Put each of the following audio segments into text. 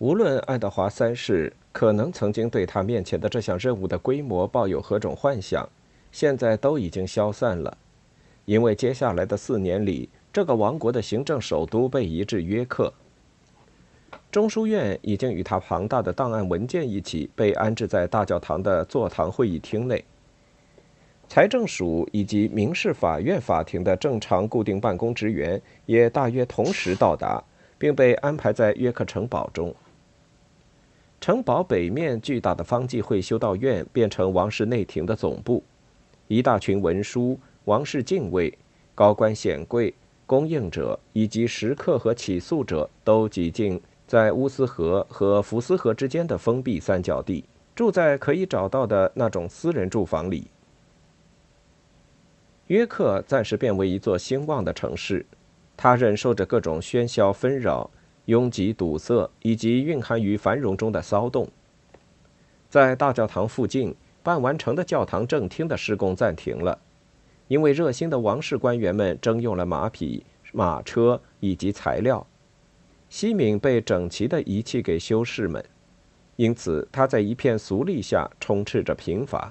无论爱德华三世可能曾经对他面前的这项任务的规模抱有何种幻想，现在都已经消散了，因为接下来的4年里，这个王国的行政首都被移至约克。中书院已经与他庞大的档案文件一起被安置在大教堂的座堂会议厅内。财政署以及民事法院法庭的正常固定办公职员也大约同时到达，并被安排在约克城堡中。城堡北面巨大的方济会修道院变成王室内廷的总部，一大群文书、王室禁卫、高官显贵、供应者以及食客和起诉者都挤进在乌斯河和福斯河之间的封闭三角地，住在可以找到的那种私人住房里。约克暂时变为一座兴旺的城市，它忍受着各种喧嚣纷扰、拥挤堵塞以及蕴含于繁荣中的骚动。在大教堂附近半完成的教堂正厅的施工暂停了，因为热心的王室官员们征用了马匹、马车以及材料。西敏被整齐地遗弃给修士们，因此他在一片俗力下充斥着贫乏。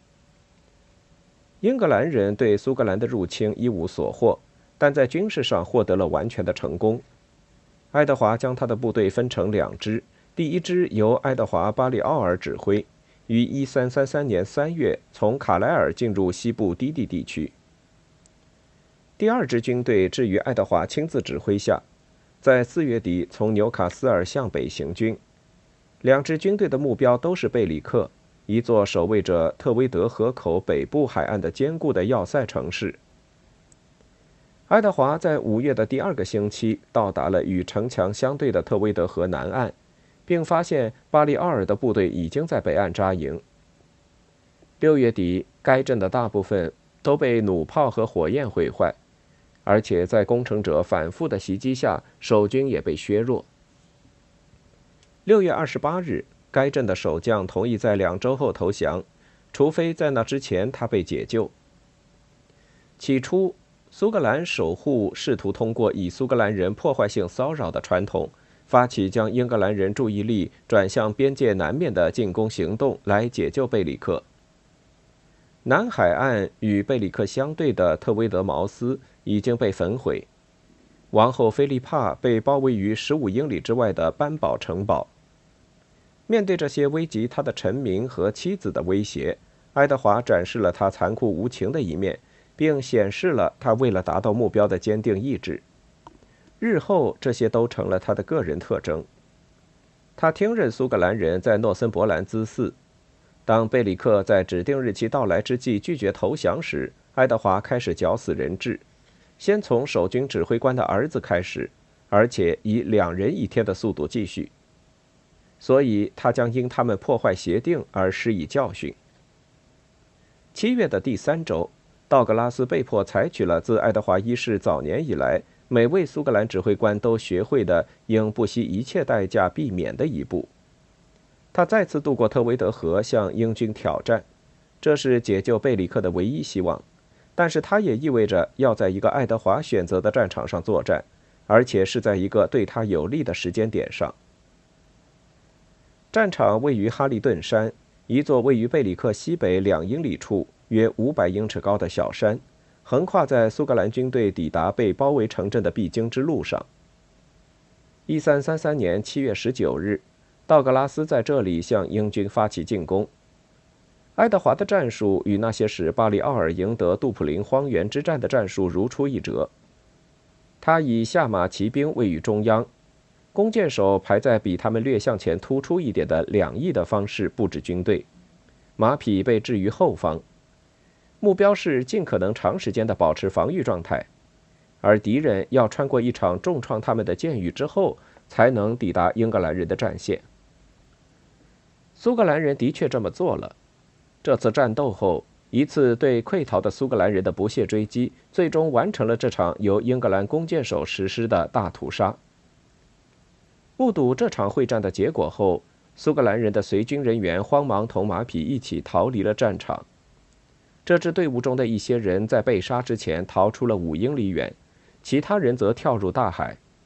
英格兰人对苏格兰的入侵一无所获，但在军事上获得了完全的成功。爱德华将他的部队分成2支，第一支由爱德华·巴里奥尔指挥，于1333年3月从卡莱尔进入西部低地地区。第2支军队置于爱德华亲自指挥下，在4月底从纽卡斯尔向北行军。2支军队的目标都是贝里克，一座守卫着特威德河口北部海岸的坚固的要塞城市。爱德华在5月的第2个星期到达了与城墙相对的特威德河南岸，并发现巴利奥尔的部队已经在北岸扎营。6月底，该镇的大部分都被弩炮和火焰毁坏，而且在攻城者反复的袭击下，守军也被削弱。6月28日，该镇的守将同意在2周后投降，除非在那之前他被解救。起初，苏格兰守护试图通过以苏格兰人破坏性骚扰的传统，发起将英格兰人注意力转向边界南面的进攻行动来解救贝里克。南海岸与贝里克相对的特威德茅斯已经被焚毁，王后菲利帕被包围于15英里之外的班堡城堡。面对这些危及他的臣民和妻子的威胁，爱德华展示了他残酷无情的一面，并显示了他为了达到目标的坚定意志。日后，这些都成了他的个人特征。他听任苏格兰人在诺森伯兰滋事。当贝里克在指定日期到来之际拒绝投降时，爱德华开始绞死人质，先从守军指挥官的儿子开始，而且以2人1天的速度继续。所以他将因他们破坏协定而施以教训。7月的第3周，道格拉斯被迫采取了自爱德华一世早年以来每位苏格兰指挥官都学会的应不惜一切代价避免的一步。他再次渡过特维德河向英军挑战，这是解救贝里克的唯一希望，但是它也意味着要在一个爱德华选择的战场上作战，而且是在一个对他有利的时间点上。战场位于哈利顿山，一座位于贝里克西北2英里处约500英尺高的小山，横跨在苏格兰军队抵达被包围城镇的必经之路上。1333年7月19日，道格拉斯在这里向英军发起进攻。爱德华的战术与那些使巴里奥尔赢得杜普林荒原之战的战术如出一辙。他以下马骑兵位于中央，弓箭手排在比他们略向前突出一点的2翼的方式布置军队，马匹被置于后方，目标是尽可能长时间地保持防御状态，而敌人要穿过一场重创他们的箭雨之后，才能抵达英格兰人的战线。苏格兰人的确这么做了。这次战斗后，一次对溃逃的苏格兰人的不懈追击，最终完成了这场由英格兰弓箭手实施的大屠杀。目睹这场会战的结果后，苏格兰人的随军人员慌忙同马匹一起逃离了战场。这支队伍中的一些人在被杀之前逃出了5英里远，其他人则跳入大海。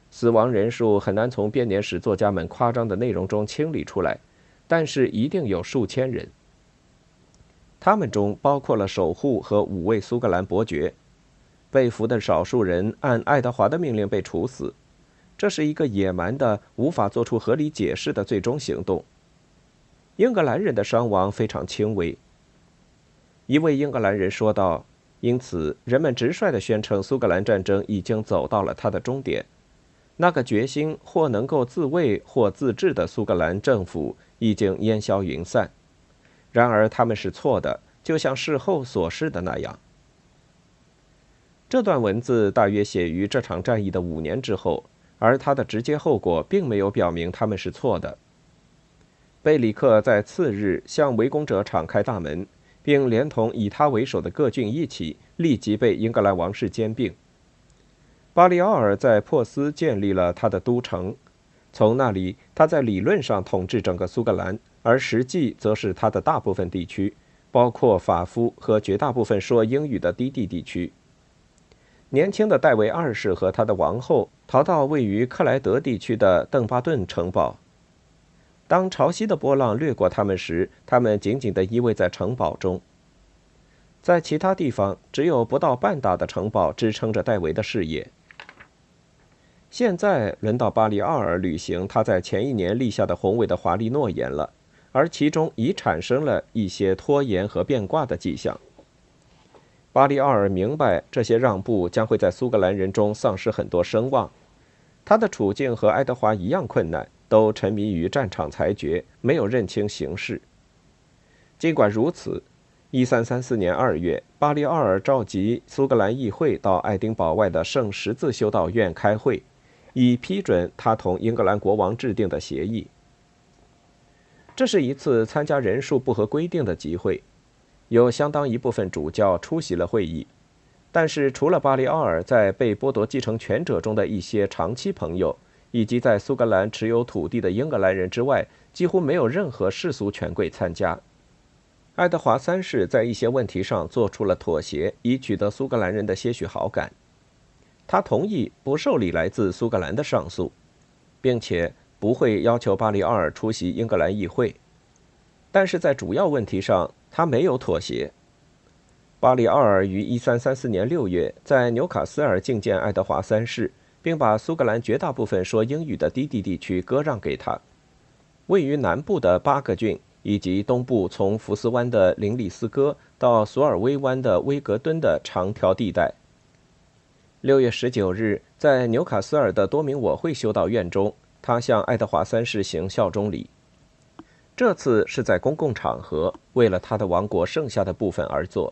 死亡人数很难从编年史作家们夸张的内容中清理出来，但是一定有数千人。他们中包括了守护和5位苏格兰伯爵。被俘的少数人按爱德华的命令被处死，这是一个野蛮的、无法做出合理解释的最终行动。英格兰人的伤亡非常轻微。一位英格兰人说道：“因此，人们直率地宣称苏格兰战争已经走到了它的终点。那个决心或能够自卫或自治的苏格兰政府已经烟消云散。然而，他们是错的，就像事后所示的那样。”这段文字大约写于这场战役的5年之后，而它的直接后果并没有表明他们是错的。贝里克在次日向围攻者敞开大门，并连同以他为首的各郡一起，立即被英格兰王室兼并。巴里奥尔在珀斯建立了他的都城，从那里他在理论上统治整个苏格兰，而实际则是他的大部分地区，包括法夫和绝大部分说英语的低地地区。年轻的戴维二世和他的王后逃到位于克莱德地区的邓巴顿城堡。当潮汐的波浪掠过他们时，他们紧紧地依偎在城堡中。在其他地方，只有不到半大的城堡支撑着戴维的事业。现在轮到巴里奥尔履行他在前一年立下的宏伟的华丽诺言了，而其中已产生了一些拖延和变卦的迹象。巴里奥尔明白，这些让步将会在苏格兰人中丧失很多声望。他的处境和爱德华一样困难，都沉迷于战场裁决，没有认清形势。尽管如此，1334年2月，巴里奥尔召集苏格兰议会到爱丁堡外的圣十字修道院开会，以批准他同英格兰国王制定的协议。这是一次参加人数不合规定的集会。有相当一部分主教出席了会议，但是除了巴里奥尔在被剥夺继承权者中的一些长期朋友，以及在苏格兰持有土地的英格兰人之外，几乎没有任何世俗权贵参加。爱德华三世在一些问题上做出了妥协，以取得苏格兰人的些许好感。他同意不受理来自苏格兰的上诉，并且不会要求巴里奥尔出席英格兰议会。但是在主要问题上，他没有妥协。巴里奥尔于1334年6月在纽卡斯尔觐见爱德华三世，并把苏格兰绝大部分说英语的低地地区割让给他，位于南部的8个郡，以及东部从福斯湾的林里斯哥到索尔威湾的威格敦的长条地带。6月19日，在纽卡斯尔的多明我会修道院中，他向爱德华三世行效忠礼。这次是在公共场合，为了他的王国剩下的部分而做。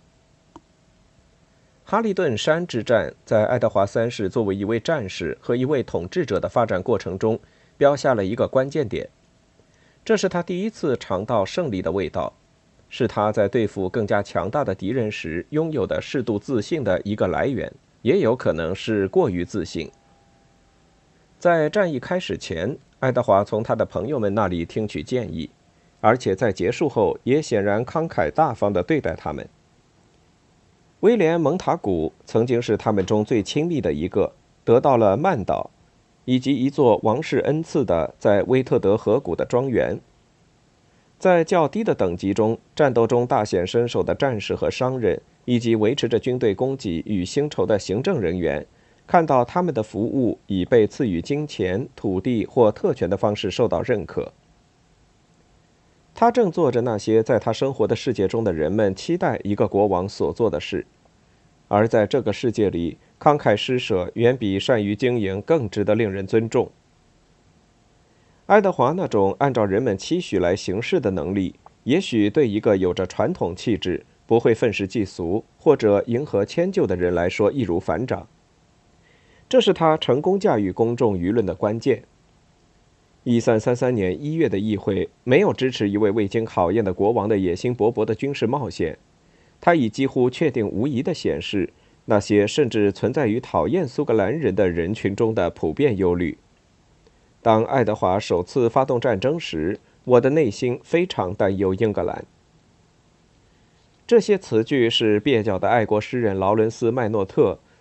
哈利顿山之战在爱德华三世作为一位战士和一位统治者的发展过程中，标下了一个关键点。这是他第一次尝到胜利的味道，是他在对付更加强大的敌人时拥有的适度自信的一个来源，也有可能是过于自信。在战役开始前，爱德华从他的朋友们那里听取建议，而且在结束后也显然慷慨大方地对待他们。威廉·蒙塔古曾经是他们中最亲密的一个，得到了曼岛以及一座王室恩赐的在威特德河谷的庄园。在较低的等级中，战斗中大显身手的战士和商人，以及维持着军队供给与薪酬的行政人员，看到他们的服务以被赐予金钱、土地或特权的方式受到认可。他正做着那些在他生活的世界中的人们期待一个国王所做的事，而在这个世界里，慷慨施舍远比善于经营更值得令人尊重。爱德华那种按照人们期许来行事的能力，也许对一个有着传统气质、不会愤世嫉俗或者迎合迁就的人来说易如反掌。这是他成功驾驭公众舆论的关键。1333年1月的议会没有支持一位未经考验的国王的野心勃勃的军事冒险，他已几乎确定无疑地显示那些甚至存在于讨厌苏格兰人的人群中的普遍忧虑。当爱德华首次发动战争时，我的内心非常担忧英格兰。这些词句是蹩脚的爱国诗人劳伦斯·麦诺特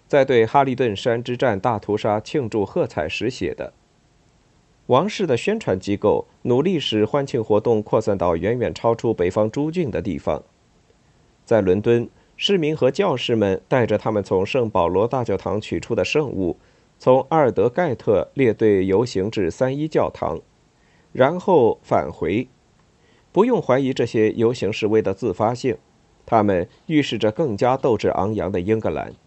在对哈利顿山之战大屠杀庆祝喝彩时写的。王室的宣传机构努力使欢庆活动扩散到远远超出北方诸郡的地方。在伦敦，市民和教士们带着他们从圣保罗大教堂取出的圣物，从阿尔德盖特列队游行至3一教堂，然后返回。不用怀疑这些游行示威的自发性，他们预示着更加斗志昂扬的英格兰。